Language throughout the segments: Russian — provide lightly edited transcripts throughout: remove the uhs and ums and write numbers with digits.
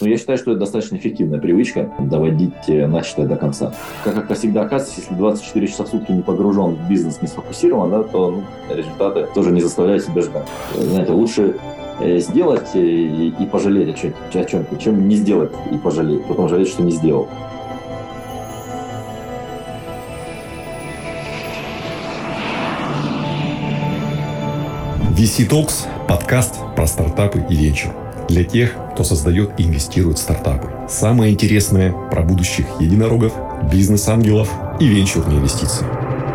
Но я считаю, что это достаточно эффективная привычка доводить начатое до конца. Как всегда оказывается, если 24 часа в сутки не погружен в бизнес, не сфокусирован, да, то результаты тоже не заставляют себя ждать. Знаете, лучше сделать и пожалеть о чем-то, чем не сделать и пожалеть, потом жалеть, что не сделал. VC Talks – подкаст про стартапы и венчур. Для тех, кто создает и инвестирует в стартапы. Самое интересное про будущих единорогов, бизнес-ангелов и венчурные инвестиции.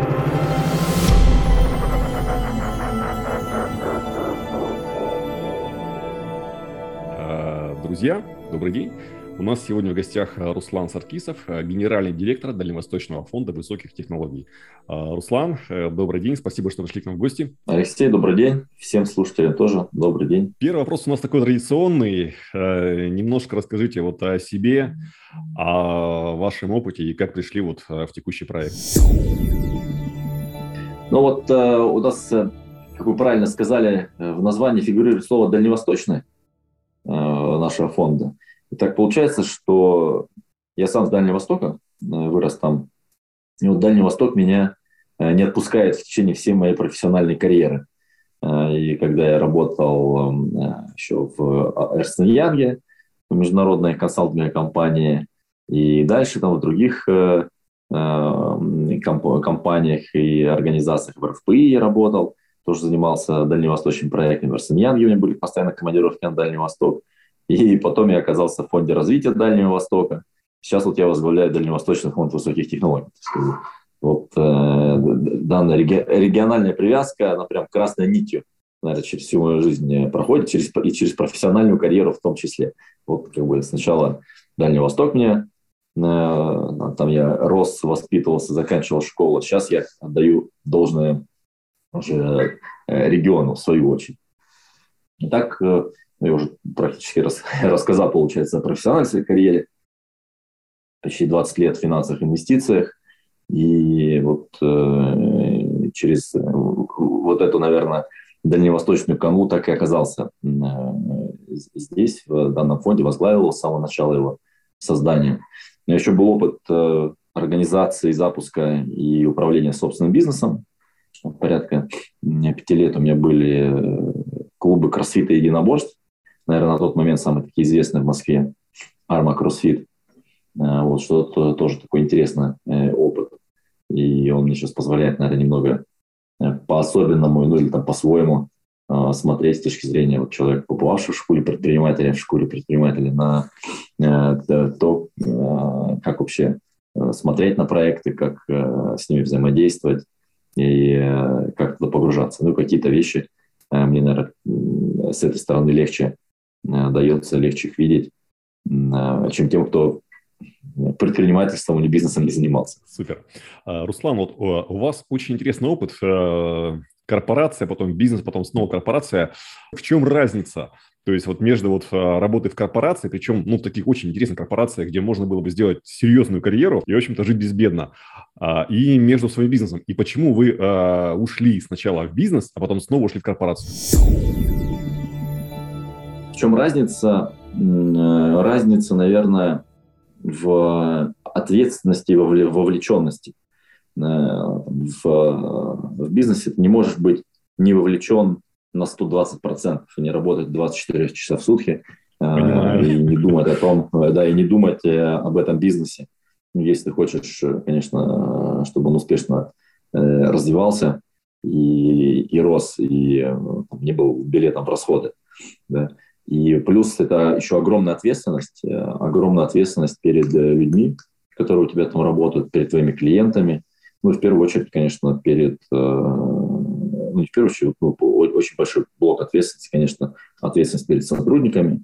Друзья, добрый день. У нас сегодня в гостях Руслан Саркисов, генеральный директор Дальневосточного фонда высоких технологий. Руслан, добрый день, спасибо, что пришли к нам в гости. Алексей, добрый день. Всем слушателям тоже добрый день. Первый вопрос у нас такой традиционный. Немножко расскажите вот о себе, о вашем опыте и как пришли вот в текущий проект. Ну вот у нас, как вы правильно сказали, в названии фигурирует слово «дальневосточный» нашего фонда. И так получается, что я сам с Дальнего Востока, вырос там. И вот Дальний Восток меня не отпускает в течение всей моей профессиональной карьеры. И когда я работал еще в Эрнст & Янге, в международной консалтинговой компании, и дальше там в других компаниях и организациях, в РФПИ я работал, тоже занимался дальневосточным проектом. В Эрнст & Янге у меня были постоянно командировки на Дальний Восток. И потом я оказался в фонде развития Дальнего Востока. Сейчас вот я возглавляю Дальневосточный фонд высоких технологий. Вот данная региональная привязка, она прям красной нитью, наверное, через всю мою жизнь проходит, и через профессиональную карьеру в том числе. Вот как бы сначала Дальний Восток мне, там я рос, воспитывался, заканчивал школу. Сейчас я отдаю должное уже региону, в свою очередь. Итак, я уже практически рассказал, получается, о профессиональной своей карьере. Почти 20 лет в финансовых инвестициях. И вот через вот эту, наверное, дальневосточную канву так и оказался здесь, в данном фонде, возглавил его с самого начала его создания. У меня еще был опыт организации, запуска и управления собственным бизнесом. Порядка 5 лет у меня были клубы кроссфита и единоборств. Наверное, на тот момент самые такие известные в Москве. Арма Кроссфит. Вот, что-то тоже такой интересный опыт. И он мне сейчас позволяет, наверное, немного по-особенному, ну или там по-своему смотреть с точки зрения вот человека, побывавшего в школе предпринимателя, на то, как вообще смотреть на проекты, как с ними взаимодействовать и как туда погружаться. Ну, какие-то вещи мне, наверное, с этой стороны легче их видеть, чем тем, кто предпринимательством или бизнесом не занимался. Супер. Руслан, вот у вас очень интересный опыт. Корпорация, потом бизнес, потом снова корпорация. В чем разница? То есть вот между вот работой в корпорации, причем в таких очень интересных корпорациях, где можно было бы сделать серьезную карьеру и, в общем-то, жить безбедно, и между своим бизнесом. И почему вы ушли сначала в бизнес, а потом снова ушли в корпорацию? В чем разница? Разница, наверное, в ответственности и вовлеченности. В бизнесе ты не можешь быть не вовлечен на 120% и не работать 24 часа в сутки и не думать о том, и не думать об этом бизнесе. Если ты хочешь, конечно, чтобы он успешно развивался и рос, и не был билетом в расходы. Да. И плюс это еще огромная ответственность перед людьми, которые у тебя там работают, перед твоими клиентами. Ну, в первую очередь, конечно, очень большой блок ответственности, конечно, ответственность перед сотрудниками.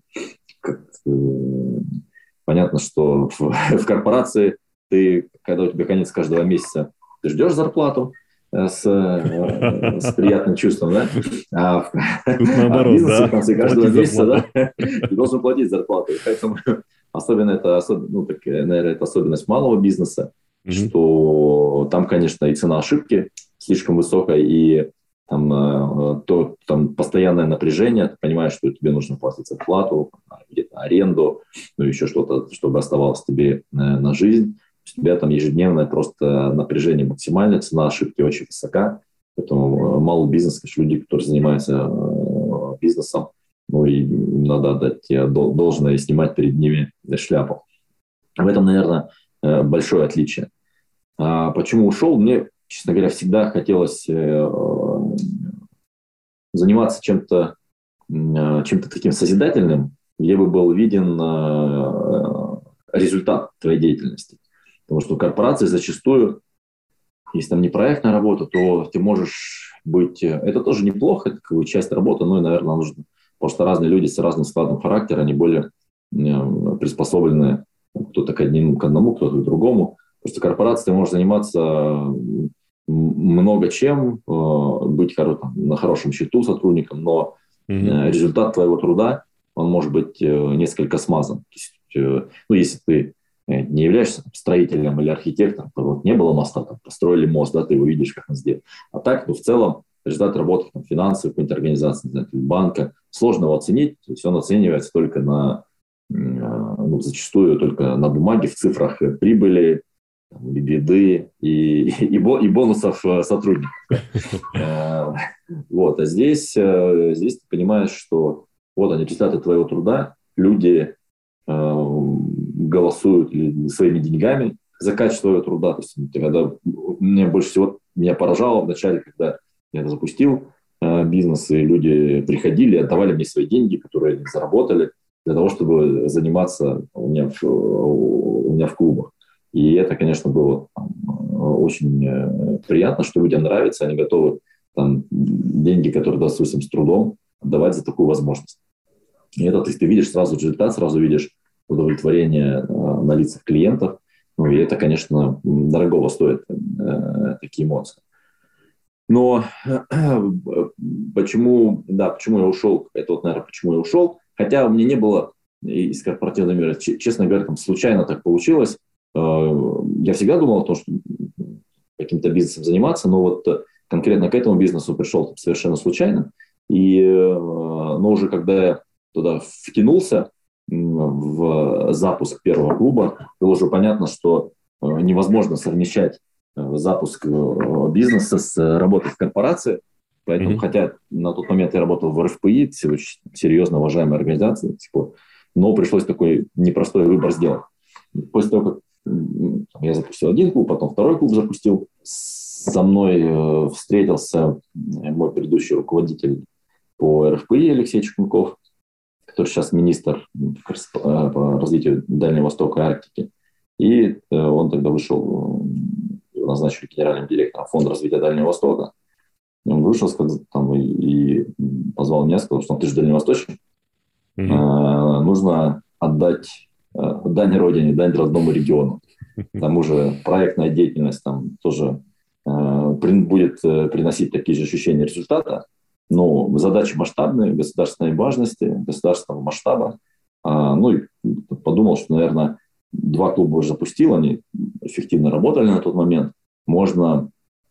Понятно, что в корпорации когда у тебя конец каждого месяца, ты ждешь зарплату с приятным чувством, да? А в бизнесе в конце каждого месяца ты должен платить зарплату. Поэтому это особенность малого бизнеса, что там, конечно, и цена ошибки слишком высокая, и там постоянное напряжение, ты понимаешь, что тебе нужно платить зарплату, где-то аренду, ну еще что-то, чтобы оставалось тебе на жизнь. У тебя там ежедневное просто напряжение максимальное, цена ошибки очень высока, поэтому малый бизнес, конечно, люди, которые занимаются бизнесом, ну и им надо отдать должное и снимать перед ними шляпу. В этом, наверное, большое отличие. А почему ушел? Мне, честно говоря, всегда хотелось заниматься чем-то таким созидательным, где бы был виден результат твоей деятельности. Потому что в корпорации зачастую, если там не проектная работа, то ты можешь быть... Это тоже неплохо, это как бы часть работы, но и, наверное, нужно. Потому что разные люди с разным складом характера, они более приспособлены кто-то к одному, кто-то к другому. Потому что корпорацией ты можешь заниматься много чем, быть на хорошем счету сотрудником, но результат твоего труда, он может быть несколько смазан. То есть, если ты не являешься строителем или архитектором, то вот не было моста, там, построили мост, да, ты его видишь, как он сделан. А так, в целом, результат работы финансовой какой-нибудь организации, не знаю, банка, сложно его оценить, то есть он оценивается только зачастую только на бумаге, в цифрах прибыли, беды и бонусов сотрудников. Вот, а здесь ты понимаешь, что вот они, результаты твоего труда, люди голосуют своими деньгами за качество твоего труда. То есть, когда мне больше всего поражало вначале, когда я запустил бизнес, и люди приходили, отдавали мне свои деньги, которые они заработали, для того, чтобы заниматься у меня в клубах. И это, конечно, было очень приятно, что людям нравится, они готовы деньги, которые достаются им с трудом, отдавать за такую возможность. И это ты видишь сразу результат, сразу видишь удовлетворение на лицах клиентов. Ну, и это, конечно, дорогого стоит, такие эмоции. Но почему я ушел? Это вот, наверное, почему я ушел. Хотя у меня не было из корпоративного мира, честно говоря, случайно так получилось. Я всегда думал о том, что каким-то бизнесом заниматься, но вот конкретно к этому бизнесу пришел совершенно случайно. Но уже когда я туда втянулся в запуск первого клуба, было уже понятно, что невозможно совмещать запуск бизнеса с работой в корпорации. Поэтому, хотя на тот момент я работал в РФПИ, очень серьезно уважаемая организация, но пришлось такой непростой выбор сделать. После того, как я запустил один клуб, потом второй клуб запустил, со мной встретился мой предыдущий руководитель по РФПИ Алексей Чекунков, который сейчас министр по развитию Дальнего Востока и Арктики. И он тогда вышел, назначили генеральным директором Фонда развития Дальнего Востока. И он вышел и позвал меня, сказал, что ты же дальневосточник, нужно отдать дань родине, дань родному региону. К тому же проектная деятельность там тоже будет приносить такие же ощущения результата, но задачи масштабные, государственной важности, государственного масштаба. И подумал, что, наверное, 2 клуба уже запустил, они эффективно работали на тот момент. Можно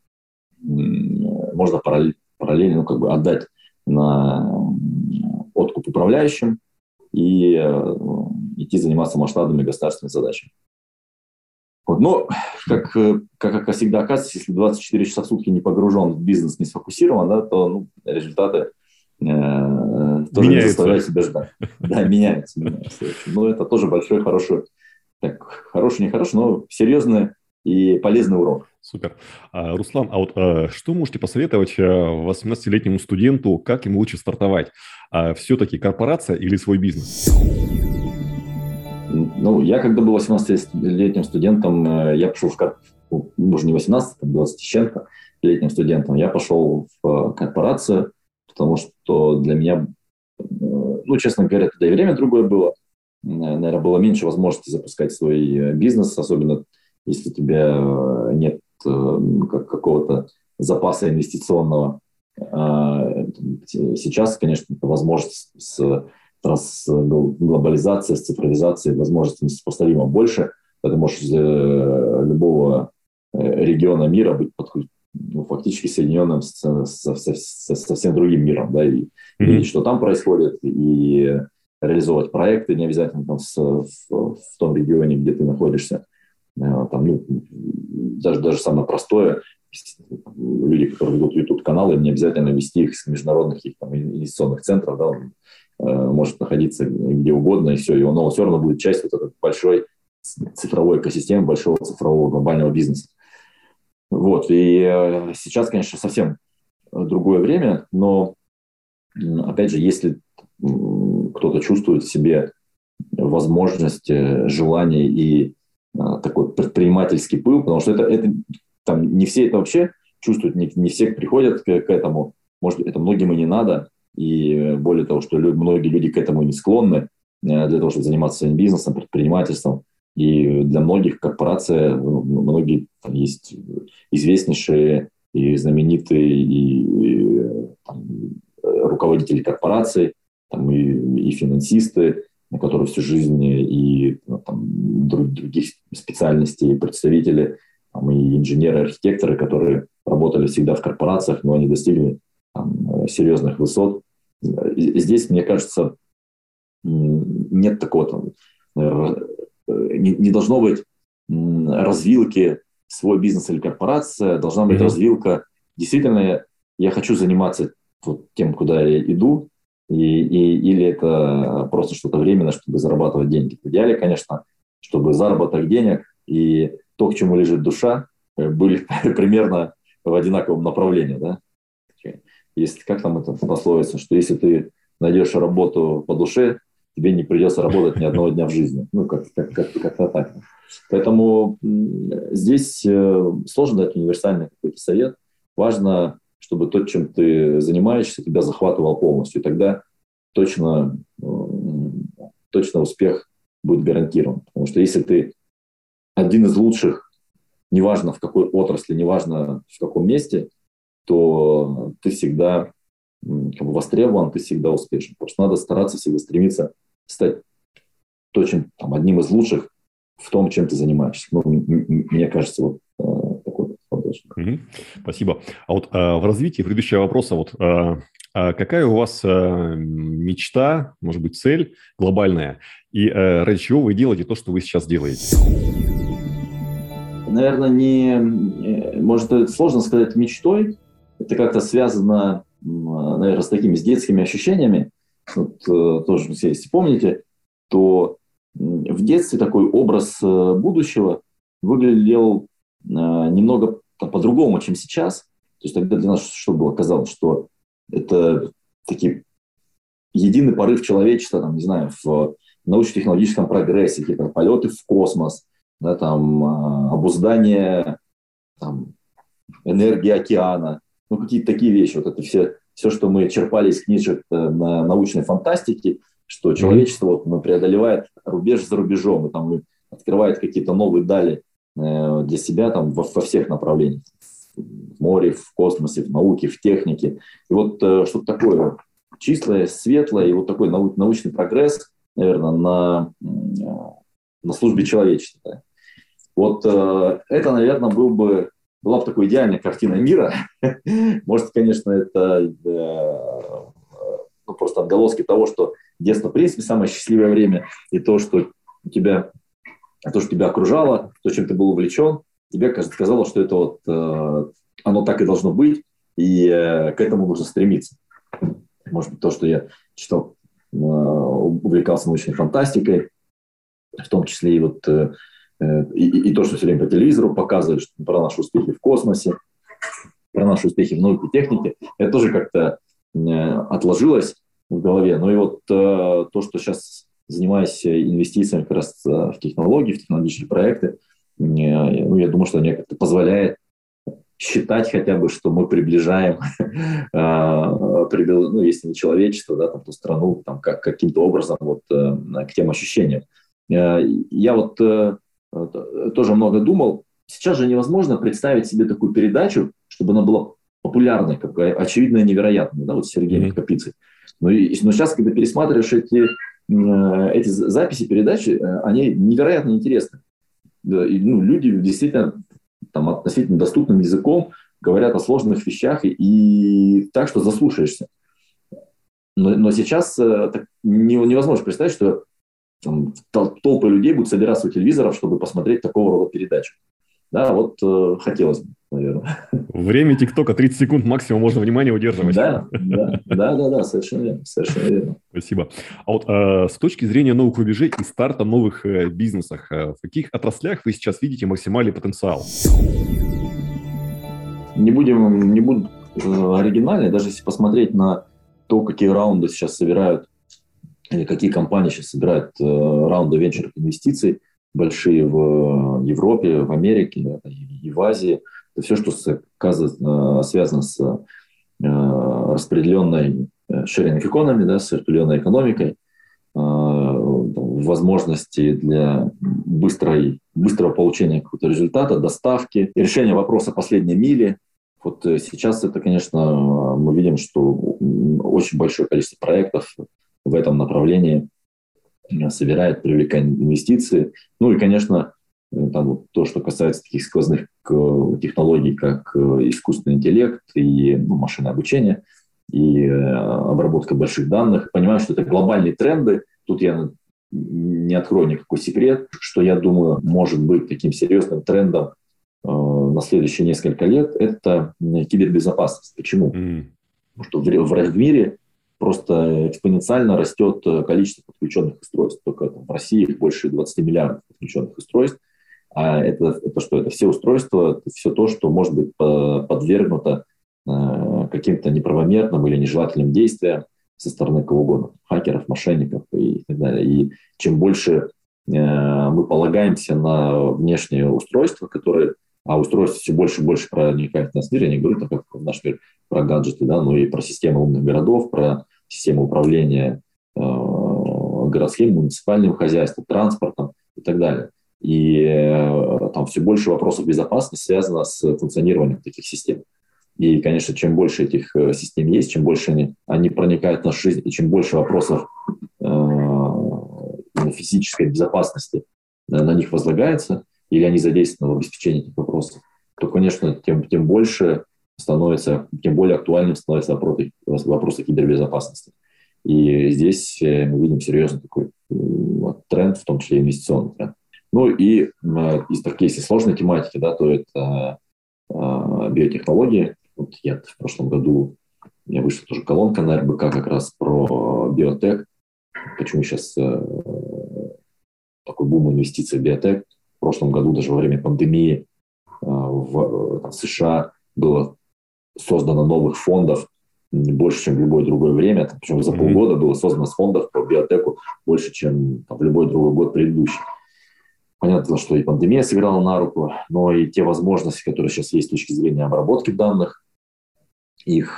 параллельно отдать на откуп управляющим и идти заниматься масштабными государственными задачами. Вот. Но, как всегда оказывается, если 24 часа в сутки не погружен в бизнес, не сфокусирован, да, то результаты тоже не заставляют себя ждать. Да, меняются. Но это тоже большой, хороший, нехороший, но серьезный и полезный урок. Супер. Руслан, а вот что можете посоветовать 18-летнему студенту, как ему лучше стартовать? Все-таки корпорация или свой бизнес? Я когда был 18-летним студентом, я пошел уже не 18, 20 с чем-то летним студентом, я пошел в корпорацию, потому что для меня, честно говоря, тогда и время другое было. Наверное, было меньше возможностей запускать свой бизнес, особенно если у тебя нет какого-то запаса инвестиционного. Сейчас, конечно, это возможность с глобализацией, с цифровизацией, возможностей несопоставимо больше. Ты можешь из любого региона мира быть фактически соединенным со всем другим миром, да, и видеть, что там происходит, и реализовывать проекты, не обязательно там в том регионе, где ты находишься. Там, ну, даже самое простое, люди, которые ведут YouTube-каналы, не обязательно вести их с международных их, там, инвестиционных центров, да, он может находиться где угодно, и все, и он все равно будет частью вот этой большой цифровой экосистемы, большого цифрового глобального бизнеса. Вот, и сейчас, конечно, совсем другое время, но, опять же, если кто-то чувствует в себе возможность, желание и такой предпринимательский пыл, потому что это там, не все это вообще чувствуют, не все приходят к этому, может быть, это многим и не надо, и более того, что многие люди к этому не склонны для того, чтобы заниматься своим бизнесом, предпринимательством, и для многих корпорация, многие там есть известнейшие и знаменитые и там, руководители корпораций, там, и финансисты, которые всю жизнь, и там, других специальностей, представители, там, и инженеры, архитекторы, которые работали всегда в корпорациях, но они достигли там серьезных высот. Здесь, мне кажется, нет такого, там, наверное, не должно быть развилки свой бизнес или корпорация, должна быть развилка. Действительно, я хочу заниматься вот тем, куда я иду, или это просто что-то временное, чтобы зарабатывать деньги. В идеале, конечно, чтобы заработок денег и то, к чему лежит душа, были примерно в одинаковом направлении. Да? Если, как там это пословица, что если ты найдешь работу по душе, тебе не придется работать ни одного дня в жизни. Ну, как-то так. Поэтому здесь сложно дать универсальный какой-то совет. Важно, чтобы то, чем ты занимаешься, тебя захватывал полностью. И тогда точно успех будет гарантирован. Потому что если ты один из лучших, неважно в какой отрасли, неважно в каком месте, то ты всегда как бы востребован, ты всегда успешен. Просто надо стараться всегда стремиться стать одним из лучших в том, чем ты занимаешься. Ну, мне кажется, вот такой подход. Спасибо. А вот в развитии предыдущего вопроса, вот какая у вас мечта, может быть, цель глобальная, и ради чего вы делаете то, что вы сейчас делаете? Наверное, может, это сложно сказать мечтой. Это как-то связано, наверное, с такими с детскими ощущениями. Вот, тоже, если помните, то в детстве такой образ будущего выглядел немного по-другому, чем сейчас. То есть тогда для нас что было? Казалось, что это такие единый порыв человечества, там, не знаю, в научно-технологическом прогрессе, какие-то полеты в космос, да, там, обуздание там, энергии океана, ну, какие-то такие вещи. Вот это все, что мы черпали из книжек на научной фантастике, что человечество вот, преодолевает рубеж за рубежом, и там открывает какие-то новые дали для себя там, во всех направлениях. В море, в космосе, в науке, в технике. И вот что-то такое чистое, светлое, и вот такой научный прогресс, наверное, на службе человечества. Да. Вот это, наверное, была бы такой идеальная картина мира. Может, конечно, это просто отголоски того, что детство, в принципе, самое счастливое время, и то, что тебя окружало, то, чем ты был увлечен, тебе казалось, что это вот, оно так и должно быть, и к этому нужно стремиться. Может быть, то, что я читал, увлекался научной фантастикой, в том числе и вот и то, что все время по телевизору показывают, что про наши успехи в космосе, про наши успехи в науке и технике, это тоже как-то отложилось в голове. Ну и вот то, что сейчас занимаюсь инвестициями как раз в технологии, в технологические проекты, ну, я думаю, что мне как-то позволяет считать хотя бы, что мы приближаем, ну, если не человечество, да, там, ту страну там, каким-то образом вот, к тем ощущениям. Я вот тоже много думал. Сейчас же невозможно представить себе такую передачу, чтобы она была популярной, как очевидно невероятной, да, вот с Сергеем Капицей. Но сейчас, когда пересматриваешь эти записи передачи, они невероятно интересны. И, ну, люди действительно там, относительно доступным языком говорят о сложных вещах и так, что заслушаешься. Но сейчас так невозможно представить, что там, толпы людей будут собираться у телевизоров, чтобы посмотреть такого рода передачу. Да, вот хотелось бы, наверное. Время ТикТока 30 секунд максимум можно внимание удерживать. Да, совершенно верно, совершенно верно. Спасибо. А вот с точки зрения новых рубежей и старта новых бизнесах, в каких отраслях вы сейчас видите максимальный потенциал? Не буду оригинальны, даже если посмотреть на то, какие раунды сейчас собирают, или какие компании сейчас собирают раунды венчурных инвестиций, большие в Европе, в Америке и в Азии. Это все, что связано с распределенной sharing economy, да, с распределенной экономикой, возможности для быстрого получения какого-то результата, доставки, решения вопроса последней мили. Вот сейчас это, конечно, мы видим, что очень большое количество проектов в этом направлении собирает, привлекает инвестиции. Ну и, конечно, там вот то, что касается таких сквозных технологий, как искусственный интеллект и машинное обучение, и обработка больших данных. Понимаю, что это глобальные тренды. Тут я не открою никакой секрет, что я думаю, может быть таким серьезным трендом на следующие несколько лет – это кибербезопасность. Почему? Потому что в мире просто экспоненциально растет количество подключенных устройств. Только в России их больше 20 миллиардов подключенных устройств. А это что? Это все устройства, это все то, что может быть подвергнуто каким-то неправомерным или нежелательным действиям со стороны кого угодно, хакеров, мошенников и так далее. И чем больше мы полагаемся на внешние устройства, а устройства все больше и больше проникают в наш мир, я не говорю только в наш мир про гаджеты, да, но и про систему умных городов, про систему управления городским, муниципальным хозяйством, транспортом и так далее. И там все больше вопросов безопасности связано с функционированием таких систем. И, конечно, чем больше этих систем есть, чем больше они проникают в нашу жизнь, и чем больше вопросов физической безопасности на них возлагается, или они задействованы в обеспечении этих вопросов, то, конечно, тем более актуальным становятся вопросы кибербезопасности. И здесь мы видим серьезный такой тренд, в том числе инвестиционный тренд. Ну и если сложной тематики, да, то это биотехнологии. Вот в прошлом году у меня вышла тоже колонка на РБК как раз про биотек. Почему сейчас такой бум инвестиций в биотек. В прошлом году, даже во время пандемии, в США было создано новых фондов больше, чем в любое другое время. Причем за полгода было создано фондов по биотеку больше, чем в любой другой год предыдущий. Понятно, что и пандемия сыграла на руку, но и те возможности, которые сейчас есть с точки зрения обработки данных, их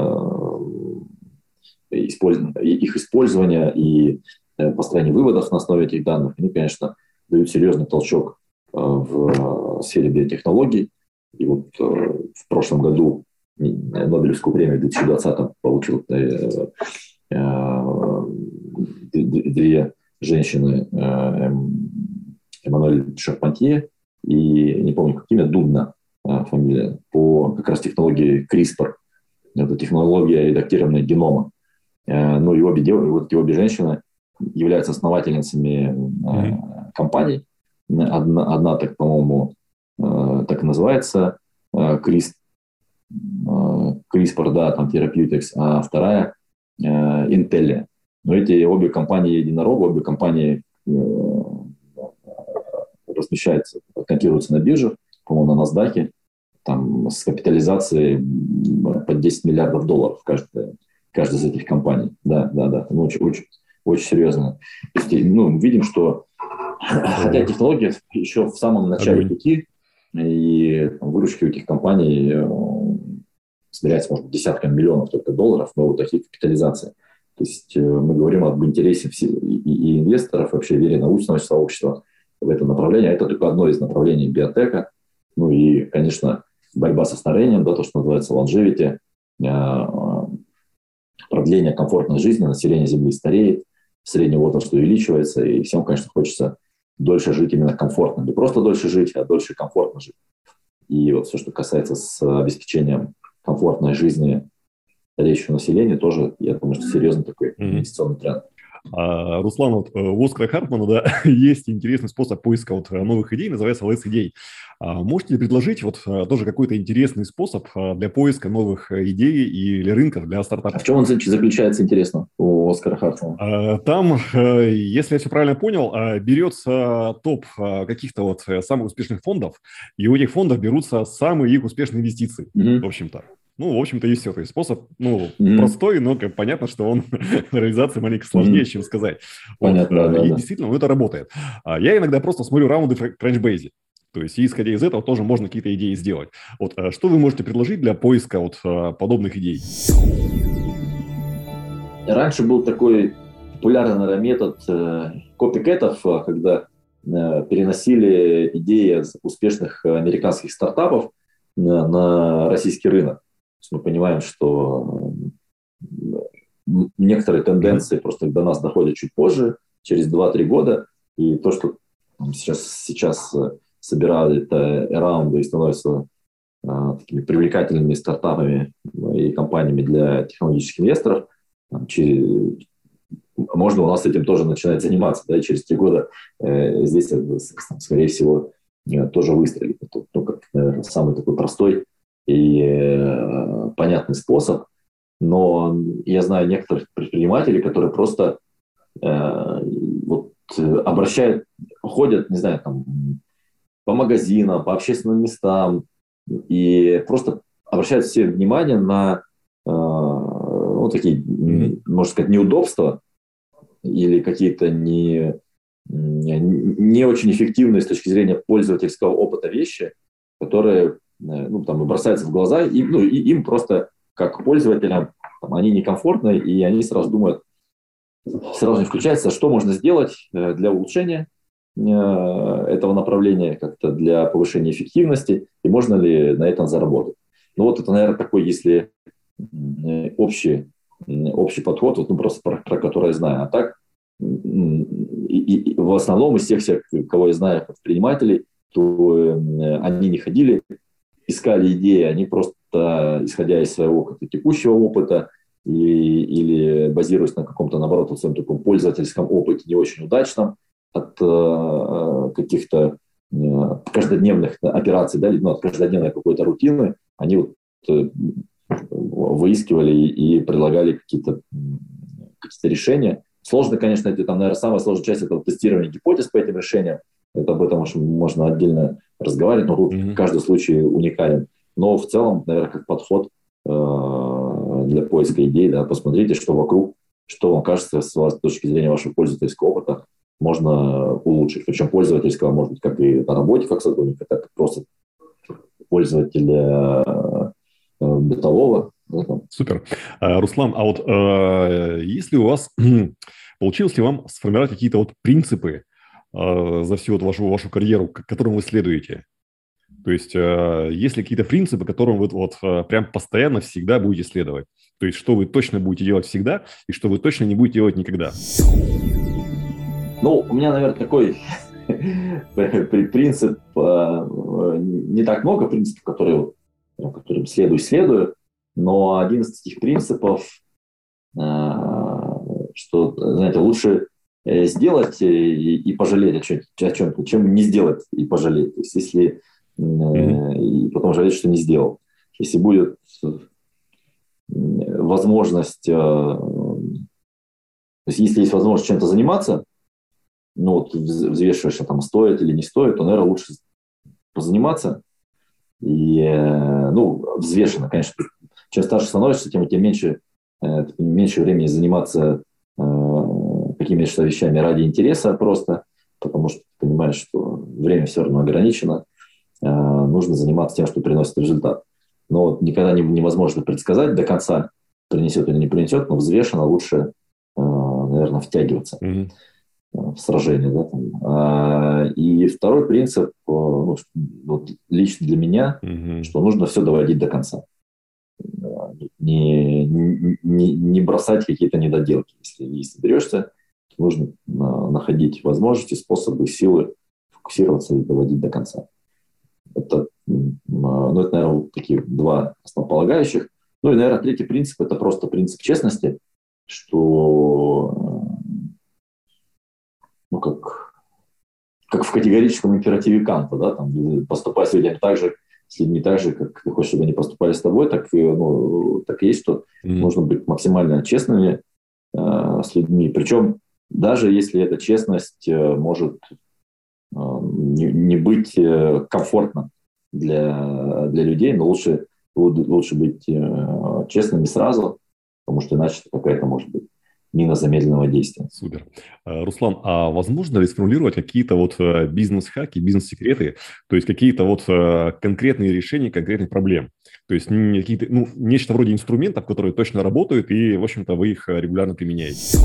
использования и построения выводов на основе этих данных, они, конечно, дают серьезный толчок в сфере биотехнологий. И вот в прошлом году Нобелевскую премию в 2020 получил две женщины, Эммануэль Шарпантье и, не помню, как имя, Дунна фамилия, по как раз технологии CRISPR. Это технология редактирования генома. Ну и обе женщины являются основательницами компаний. Одна, так, по-моему, так и называется, CRISPR, да, там Therapeutics, а вторая Intellia. Но эти обе компании единорога, обе компании размещаются, котируются на бирже, по-моему, на NASDAQ, там с капитализацией под 10 миллиардов долларов каждая из этих компаний. Да. Ну, очень серьезно. То есть, мы видим, что хотя технологии еще в самом начале пути, и выручки у этих компаний измеряется, может быть, десятками миллионов только долларов, но вот такие капитализации. То есть мы говорим об интересе и инвесторов, вообще вере научного сообщества в это направление. Это только одно из направлений биотека. Ну и, конечно, борьба со старением, да, то, что называется longevity, продление комфортной жизни, население Земли стареет, средний возраст увеличивается, и всем, конечно, хочется дольше жить именно комфортно. Не просто дольше жить, а дольше комфортно жить. и вот все, что касается с обеспечением комфортной жизни стареющего населения, тоже, я думаю, что серьезный такой инвестиционный тренд. Руслан, вот у Оскара Хартмана, да, есть интересный способ поиска вот новых идей, называется Let's идей. Можете ли предложить вот тоже какой-то интересный способ для поиска новых идей или рынков для стартапов? А в чем он заключается, интересно, у Оскара Хартмана? Там, если я все правильно понял, берется топ каких-то вот самых успешных фондов, и у этих фондов берутся самые их успешные инвестиции, в общем-то. Ну, в общем-то, и все. То есть способ, простой, но понятно, что он в реализации маленько сложнее, чем сказать. Понятно, вот. И действительно, это работает. Я иногда просто смотрю раунды в Crunchbase. То есть, исходя из этого, тоже можно какие-то идеи сделать. Вот что вы можете предложить для поиска вот подобных идей? Раньше был такой популярный, наверное, метод копикэтов, когда переносили идеи успешных американских стартапов на российский рынок. Мы понимаем, что некоторые тенденции просто до нас доходят чуть позже, через 2-3 года. И то, что сейчас собирают раунды и становятся такими привлекательными стартапами и компаниями для технологических инвесторов, можно у нас этим тоже начинать заниматься. Да, и через 3 года здесь, скорее всего, тоже выстрелит. Как, наверное, самый такой простой и понятный способ. Но я знаю некоторых предпринимателей, которые просто обращают, ходят, не знаю, там, по магазинам, по общественным местам и просто обращают все внимание на такие, можно сказать, неудобства или какие-то не очень эффективные с точки зрения пользовательского опыта вещи, которые бросаются в глаза, и им просто, как пользователям, они некомфортны, и они сразу думают, сразу включается, что можно сделать для улучшения этого направления, как-то для повышения эффективности, и можно ли на этом заработать. Ну вот это, наверное, такой, если общий подход, просто про который я знаю. А так, и в основном из всех, кого я знаю, предпринимателей, то они не ходили, искали идеи, они просто, исходя из своего текущего опыта или базируясь на каком-то, наоборот, своем таком пользовательском опыте, не очень удачном, от каких-то каждодневных операций, да, от каждодневной какой-то рутины, они выискивали и предлагали какие-то решения. Сложно, конечно, наверное, самая сложная часть – это тестирование гипотез по этим решениям. Это об этом можно отдельно разговаривать, но тут каждый случай уникален. Но в целом, наверное, как подход для поиска идей, да, посмотрите, что вокруг, что вам кажется, с точки зрения вашего пользовательского опыта, можно улучшить. Причем пользовательского, может быть, как и на работе, как сотрудника, так и просто пользователя бытового. Супер. Руслан, а вот если у вас получилось ли вам сформировать какие-то вот принципы за всю вот вашу карьеру, которым вы следуете? То есть есть ли какие-то принципы, которым вы вот прям постоянно всегда будете следовать? То есть что вы точно будете делать всегда и что вы точно не будете делать никогда? У меня, наверное, такой принцип, не так много принципов, которым следую, но один из таких принципов, что, знаете, лучше сделать и пожалеть о чем-то, чем не сделать и пожалеть. То есть если и потом жалеть, что не сделал. Если будет возможность, то есть если есть возможность чем-то заниматься, взвешиваешь, там, стоит или не стоит, то, наверное, лучше позаниматься. И, взвешенно, конечно. Чем старше становишься, тем меньше времени заниматься какими-то вещами ради интереса просто, потому что ты понимаешь, что время все равно ограничено. Нужно заниматься тем, что приносит результат. Но никогда невозможно предсказать до конца, принесет или не принесет, но взвешенно лучше, наверное, втягиваться в сражение. Да, там. И второй принцип, лично для меня, что нужно все доводить до конца. Не бросать какие-то недоделки. Если берешься, нужно находить возможности, способы, силы, фокусироваться и доводить до конца. это, наверное, вот такие два основополагающих. Ну и, наверное, третий принцип – это просто принцип честности, что, ну, как в категорическом императиве Канта, да, там, поступай с людьми так же, как ты хочешь, чтобы они поступали с тобой, так и есть, что нужно быть максимально честными с людьми. Причем даже если эта честность может не быть комфортна для людей, но лучше быть честными сразу, потому что иначе какая-то может быть мина замедленного действия. Супер. Руслан, а возможно ли сформулировать какие-то вот бизнес-хаки, бизнес-секреты, то есть какие-то вот конкретные решения конкретных проблем? То есть какие-то, нечто вроде инструментов, которые точно работают, и, в общем-то, вы их регулярно применяете?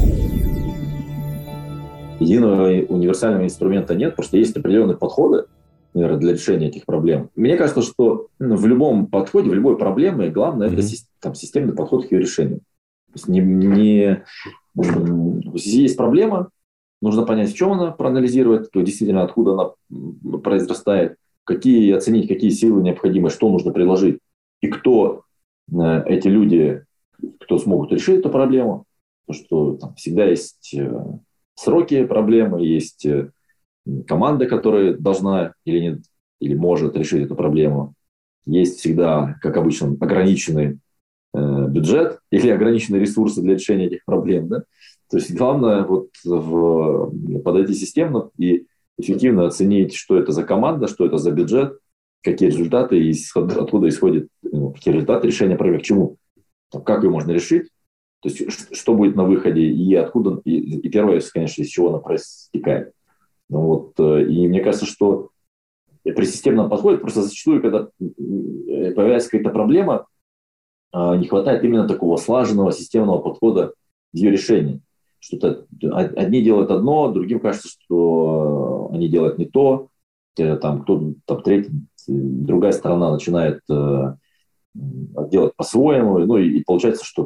Единого универсального инструмента нет, потому что есть определенные подходы, наверное, для решения этих проблем. Мне кажется, что в любом подходе, в любой проблеме главное это системный подход к ее решению. То есть если есть проблема, нужно понять, в чем она, проанализировать, то действительно откуда она произрастает, оценить, какие силы необходимы, что нужно приложить, и кто эти люди, кто смогут решить эту проблему. Потому что там всегда есть сроки проблемы, есть команда, которая должна или может решить эту проблему. Есть всегда, как обычно, ограниченный бюджет или ограниченные ресурсы для решения этих проблем. Да? То есть главное подойти системно и эффективно оценить, что это за команда, что это за бюджет, какие результаты, и откуда исходят какие результаты решения проблемы, к чему, как ее можно решить, то есть что будет на выходе и откуда, и первое, конечно, из чего она проистекает. И мне кажется, что при системном подходе просто зачастую, когда появляется какая-то проблема, не хватает именно такого слаженного системного подхода к ее решению. Что-то одни делают одно, другим кажется, что они делают не то, третий, другая сторона начинает делать по-своему, и получается, что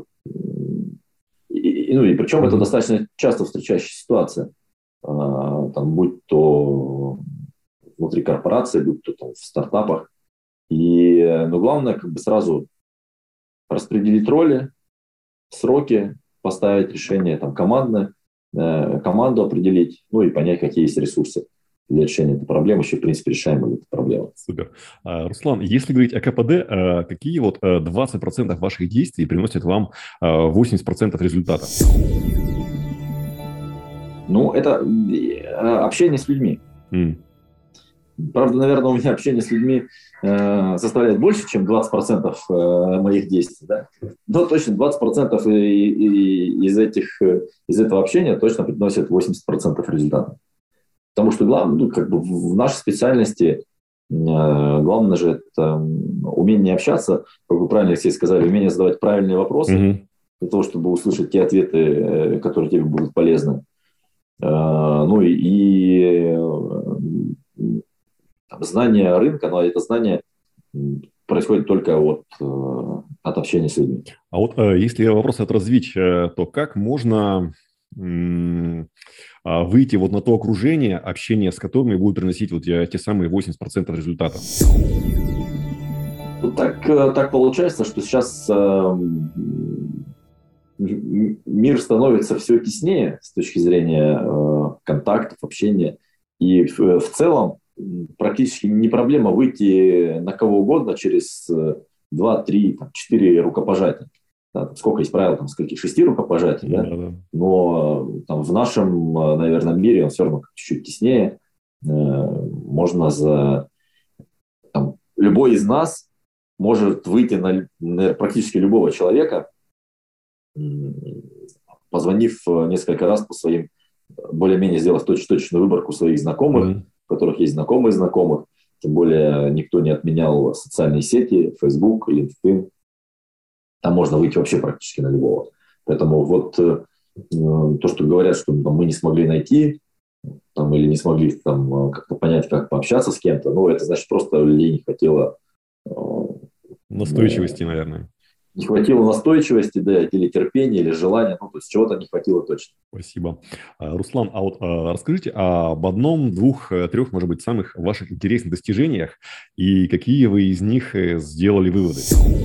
и причем это достаточно часто встречающаяся ситуация, будь то внутри корпорации, будь то в стартапах. Но главное сразу распределить роли, сроки, поставить решение командное, команду определить, и понять, какие есть ресурсы для решения этой проблемы, еще, в принципе, решаемая эта проблема. Супер. Руслан, если говорить о КПД, какие 20% ваших действий приносят вам 80% результата? Это общение с людьми. Правда, наверное, у меня общение с людьми составляет больше, чем 20% моих действий. Да? Но точно 20% из этого общения точно приносят 80% результата. Потому что главное, в нашей специальности главное же это умение общаться, как вы правильно, Алексей, сказали, умение задавать правильные вопросы, для того, чтобы услышать те ответы, которые тебе будут полезны. Знание рынка, но это знание происходит только от общения с людьми. А если вопрос развить, то как можно выйти на то окружение, общение с которыми будут приносить те самые 80% результатов? Так получается, что сейчас мир становится все теснее с точки зрения контактов, общения. И в целом практически не проблема выйти на кого угодно через 2, 3, 4 рукопожатия. Сколько есть правил, скольких 6 рукопожатий, да? Но в нашем, наверное, мире он все равно чуть-чуть теснее. Можно любой из нас может выйти на практически любого человека, позвонив несколько раз по своим, более-менее сделав точную выборку своих знакомых, у которых есть знакомые знакомых. Тем более никто не отменял социальные сети, Facebook, LinkedIn. Там можно выйти вообще практически на любого. Поэтому то, что говорят, что мы не смогли найти или не смогли как-то понять, как пообщаться с кем-то, это значит просто людей не хватило настойчивости, наверное. Не хватило настойчивости, да, или терпения, или желания, ну, то есть чего-то не хватило точно. Спасибо. Руслан, а вот расскажите об одном, двух, трех, может быть, самых ваших интересных достижениях и какие вы из них сделали выводы?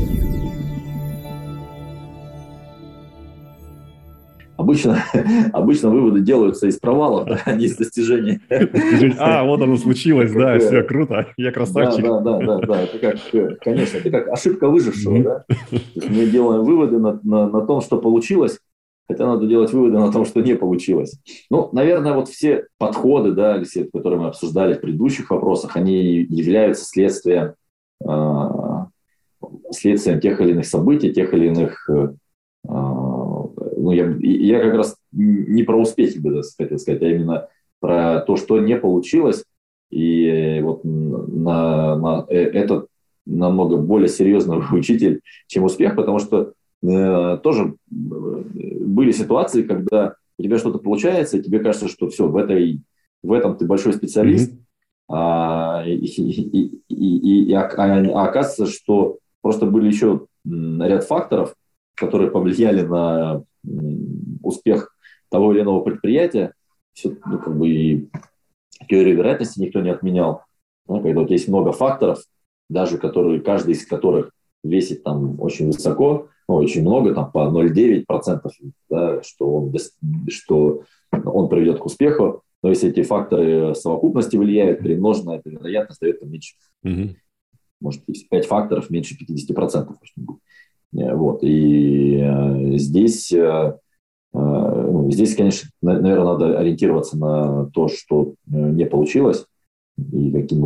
Обычно выводы делаются из провалов, да, а не из достижений. Вот оно случилось, да, все круто, я Да, красавчик. да, да, да, да. Это как, конечно, это как ошибка выжившего, да. То есть мы делаем выводы на том, что получилось, хотя надо делать выводы на том, что не получилось. Ну, наверное, вот все подходы, да, Алексей, которые мы обсуждали в предыдущих вопросах, они являются следствием тех или иных событий, тех или иных... Ну, я как раз не про успехи бы хотел сказать, а именно про то, что не получилось. И вот это намного более серьезный учитель, чем успех, потому что тоже были ситуации, когда у тебя что-то получается, и тебе кажется, что все, в этом ты большой специалист, а оказывается, что просто были еще ряд факторов, которые повлияли на успех того или иного предприятия. Все, ну, как бы и теорию вероятности никто не отменял. Ну, когда вот есть много факторов, даже каждый из которых весит там очень высоко, ну, очень много, там по 0,9%, да, что он приведет к успеху. Но если эти факторы в совокупности влияют, перемноженная эта вероятность дает там меньше. Может, если 5 факторов, меньше 50%. Вот. И здесь, конечно, наверное, надо ориентироваться на то, что не получилось, и на какие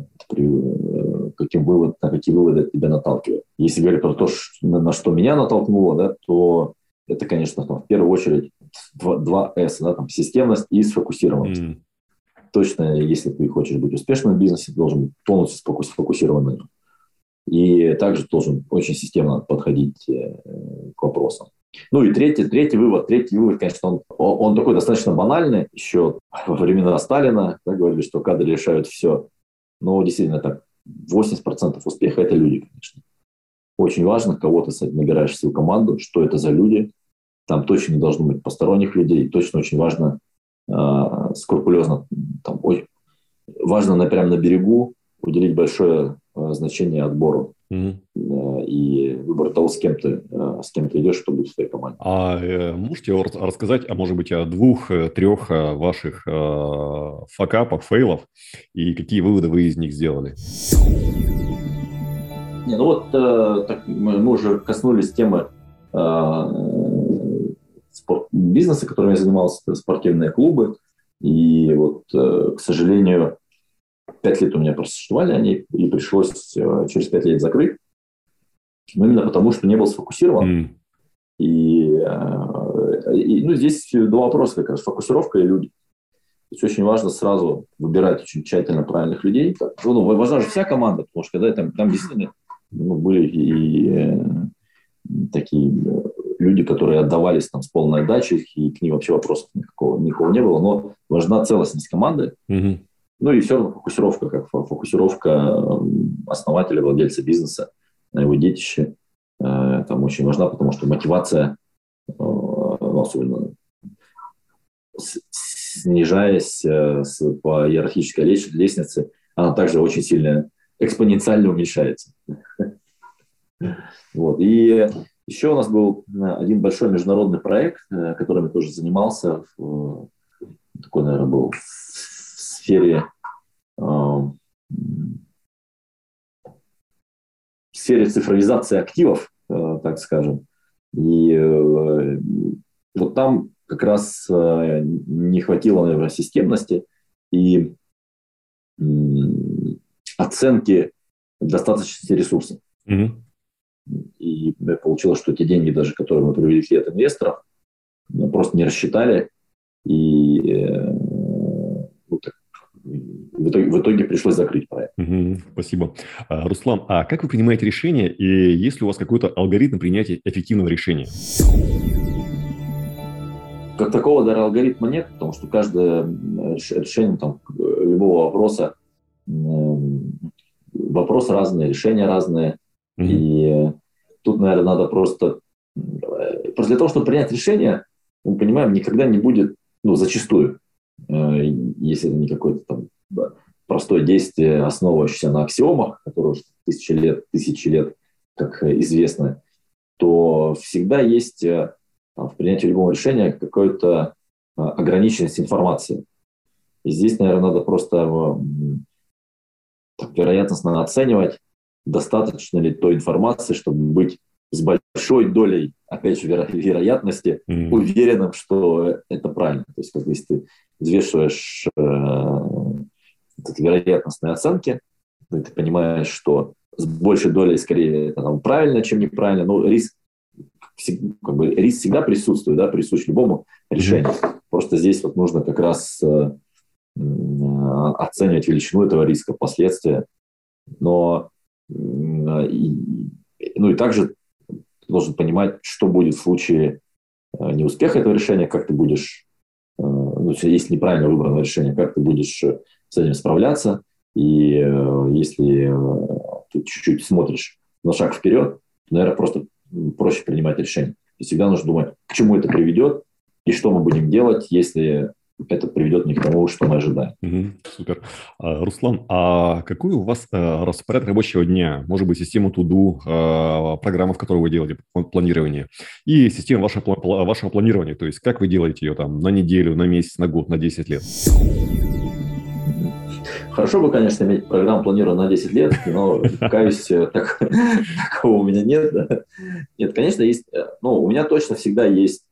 выводы тебя наталкивают. Если говорить про то, на что меня натолкнуло, да, то это, конечно, в первую очередь два S, да, там, системность и сфокусированность. Точно, если ты хочешь быть успешным в бизнесе, ты должен быть полностью сфокусирован на нем. И также должен очень системно подходить к вопросам. Ну и третий вывод, конечно, он такой достаточно банальный. Еще во времена Сталина, да, говорили, что кадры решают все. Но действительно так, 80% успеха – это люди, конечно. Очень важно, кого ты набираешь в свою команду, что это за люди. Там точно не должно быть посторонних людей. Точно очень важно, скрупулезно, там, важно прямо на берегу уделить большое значение отбору и выбору того, с кем ты идешь, чтобы быть в своей команде. Можете рассказать, может быть, о двух-трех ваших факапах, фейлов, и какие выводы вы из них сделали? Мы уже коснулись темы бизнеса, которым я занимался, спортивные клубы. И вот, к сожалению, 5 лет у меня просуществовали они, и пришлось через 5 лет закрыть. Но именно потому, что не был сфокусирован. И здесь два вопроса как раз. Фокусировка и люди. То есть очень важно сразу выбирать очень тщательно правильных людей. Важна же вся команда, потому что когда там действительно были и такие люди, которые отдавались там с полной отдачей, и к ним вообще вопросов никакого не было. Но важна целостность команды. Ну и все равно фокусировка основателя, владельца бизнеса на его детище там очень важна, потому что мотивация, особенно снижаясь по иерархической лестнице, она также очень сильно экспоненциально уменьшается. Вот. И еще у нас был один большой международный проект, которым я тоже занимался. Такой, наверное, был в сфере цифровизации активов, так скажем. И вот там как раз не хватило, наверное, системности и оценки достаточности ресурсов. И получилось, что те деньги, даже которые мы привлекли от инвесторов, просто не рассчитали. И в итоге пришлось закрыть проект. Спасибо. Руслан, а как вы принимаете решения, и есть ли у вас какой-то алгоритм принятия эффективного решения? Как такого даже алгоритма нет, потому что каждое решение любого вопроса, вопросы разные, решения разные. И тут, наверное, надо просто для того, чтобы принять решение, мы понимаем, никогда не будет, зачастую, если это не какое-то там простое действие, основывающееся на аксиомах, которые уже тысячи лет, как известно, то всегда есть в принятии любого решения какая-то ограниченность информации. И здесь, наверное, надо просто вероятностно оценивать, достаточно ли той информации, чтобы быть с большой долей, опять же, вероятности уверенным, что это правильно. То есть, если ты взвешиваешь вероятностные оценки, ты понимаешь, что с большей долей скорее это правильно, чем неправильно, но риск всегда присутствует, да, присущ любому решению. Просто здесь нужно как раз оценивать величину этого риска, последствия. Но и также ты должен понимать, что будет в случае неуспеха этого решения, как ты будешь, если неправильно выбрано решение, как ты будешь с этим справляться. И если ты чуть-чуть смотришь на шаг вперед, то, наверное, просто проще принимать решение. И всегда нужно думать, к чему это приведет и что мы будем делать, если это приведет не к тому, что мы ожидаем. Супер. Руслан, а какой у вас распорядок рабочего дня? Может быть, система To-Do, программа, в которой вы делаете планирование, и система вашего планирования, то есть как вы делаете ее там на неделю, на месяц, на год, на 10 лет? Хорошо бы, конечно, иметь программу планирования на 10 лет, но, каюсь, такого у меня нет. Нет, конечно, есть. У меня точно всегда есть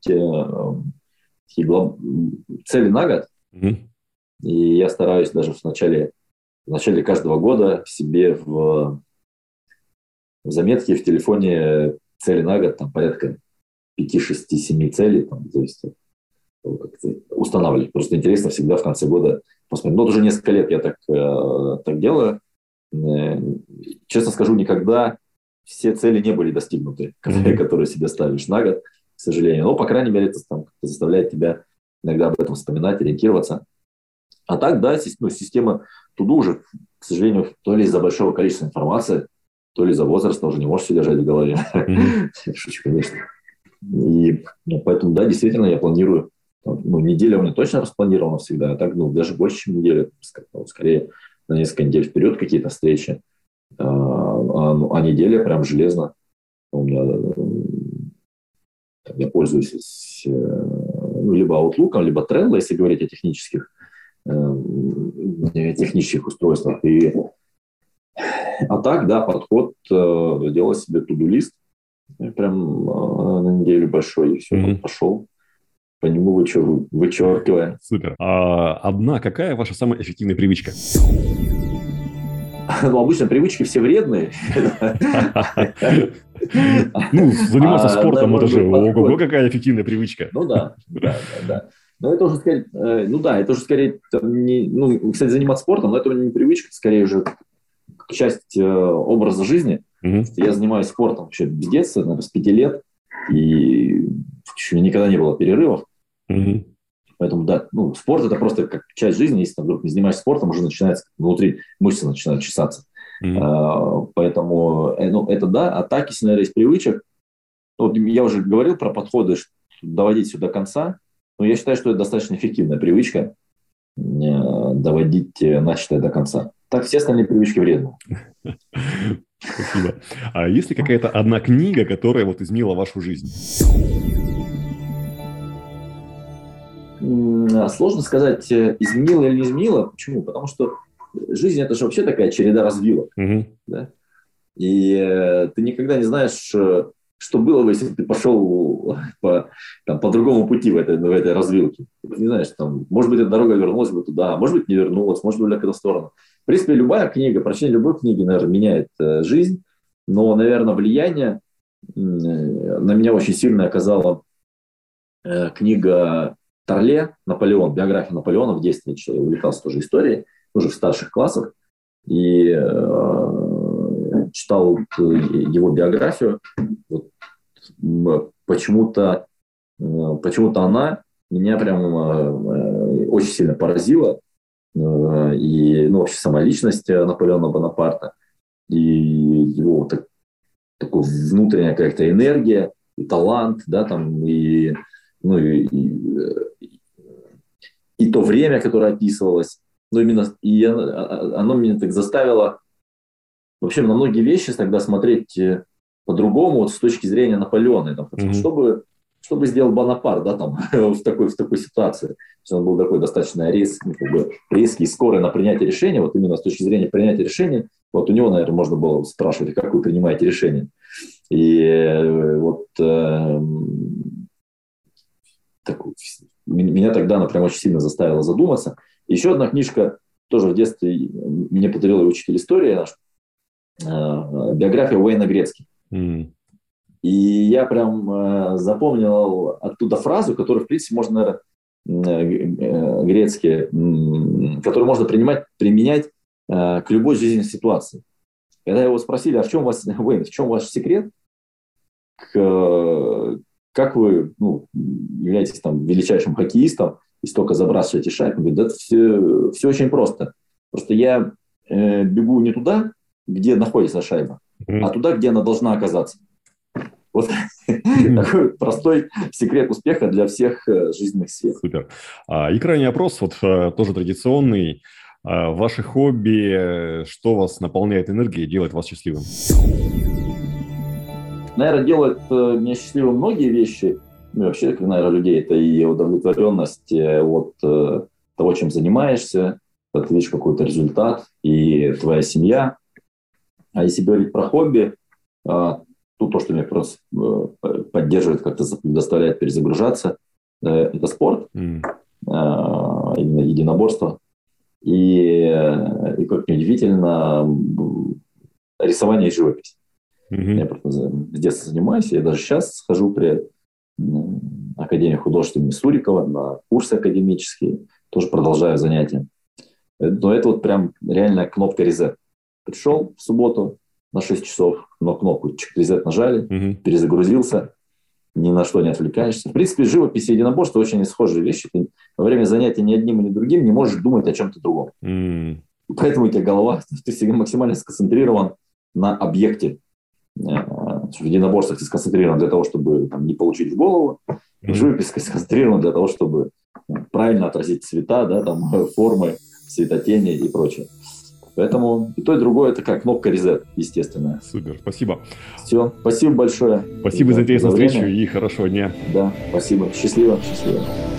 цели на год. И я стараюсь даже в начале каждого года себе в заметке в телефоне цели на год, там порядка 5, 6, 7 целей, то есть устанавливать. Просто интересно всегда в конце года посмотреть. Но уже несколько лет я так делаю. Честно скажу, никогда все цели не были достигнуты, которые себе ставишь на год, к сожалению. Но, по крайней мере, это заставляет тебя иногда об этом вспоминать, ориентироваться. А так, да, система To-Do уже, к сожалению, то ли из-за большого количества информации, то ли из-за возраста уже не можешь все держать в голове. Шучу, конечно. И поэтому, да, действительно, я планирую. Неделя у меня точно распланирована всегда, а так, даже больше, чем неделя. Скорее, на несколько недель вперед какие-то встречи. А неделя прям железно. У меня, я пользуюсь либо Outlook, либо Trello, если говорить о технических устройствах. А так, да, подход, делать себе to-do-лист прям на неделю большой, и все, пошел. По нему вычеркиваем. Супер. А какая ваша самая эффективная привычка? Обычно привычки все вредные. Заниматься спортом, это же ого, какая эффективная привычка. Да. Но это уже скорее, это уже скорее, кстати, заниматься спортом, но это не привычка, это скорее уже часть образа жизни. Я занимаюсь спортом вообще с детства, наверное, с 5 лет, и никогда не было перерывов. Поэтому, да, спорт – это просто как часть жизни. Если ты вдруг не занимаешься спортом, уже начинается, внутри мышцы начинают чесаться. Поэтому, это да. А так, если, наверное, из привычек, я уже говорил про подходы, доводить все до конца, но я считаю, что это достаточно эффективная привычка доводить начатое до конца. Так, все остальные привычки вредны. Спасибо. А есть ли какая-то одна книга, которая изменила вашу жизнь? Сложно сказать, изменила или не изменила. Почему? Потому что жизнь – это же вообще такая череда развилок. Да? И ты никогда не знаешь, что было бы, если бы ты пошел по другому пути в этой развилке. Ты не знаешь, может быть, эта дорога вернулась бы туда, может быть, не вернулась, может быть, в какую-то сторону. В принципе, любая книга, прочтение любой книги, наверное, меняет жизнь. Но, наверное, влияние на меня очень сильно оказала книга Торле «Наполеон», биография Наполеона. В детстве я увлекался тоже историей, уже в старших классах. И читал его биографию. Почему-то она меня прям очень сильно поразила. И вообще сама личность Наполеона Бонапарта. И его такая внутренняя какая-то энергия, и талант, да, там, ну, и то время, которое описывалось, но именно оно меня так заставило вообще на многие вещи тогда смотреть по-другому, вот с точки зрения Наполеона. Там, что бы сделал Бонапарт, да, там, в такой ситуации. То есть он был такой достаточно резкий и скорый на принятие решения. Вот именно с точки зрения принятия решения, вот у него, наверное, можно было спрашивать, как вы принимаете решение. И вот меня тогда она прям очень сильно заставила задуматься. Еще одна книжка, тоже в детстве мне подарил ее учитель истории наш, биография Уэйна Грецки. И я прям запомнил оттуда фразу, которую, в принципе, можно, наверное, Грецки, которую можно применять к любой жизненной ситуации. Когда его спросили, а в чем Уэйн, в чем ваш секрет? Как вы являетесь там величайшим хоккеистом и столько забрасываете шайб? Он говорит, да все очень просто. Просто я бегу не туда, где находится шайба, а туда, где она должна оказаться. Вот такой простой секрет успеха для всех жизненных сфер. Супер. И крайний вопрос, вот тоже традиционный. Ваши хобби, что вас наполняет энергией и делает вас счастливым? Наверное, делают меня счастливым многие вещи. Ну, вообще, как, наверное, людей, это и удовлетворенность от того, чем занимаешься, когда ты видишь какой-то результат, и твоя семья. А если говорить про хобби, то, что меня просто поддерживает, как-то заставляет перезагружаться, это спорт, именно единоборство. И как неудивительно, рисование и живопись. Я просто с детства занимаюсь, я даже сейчас схожу при Академии художеств имени Сурикова на курсы академические, тоже продолжаю занятия. Но это вот прям реальная кнопка резет. Пришел в субботу на 6 часов, но кнопку резет нажали, перезагрузился, ни на что не отвлекаешься. В принципе, живопись и единоборство очень схожие вещи. Ты во время занятия ни одним, ни другим не можешь думать о чем-то другом. Поэтому у тебя голова, ты всегда максимально сконцентрирован на объекте. В единоборствах ты сконцентрирован для того, чтобы там, не получить в голову. В живописи сконцентрирован для того, чтобы правильно отразить цвета, да, там, формы, цветотени и прочее. Поэтому и то, и другое – это как кнопка резет, естественная. Супер, спасибо. Все, спасибо большое. Спасибо за интересную встречу и хорошего дня. Да, спасибо. Счастливо, счастливо.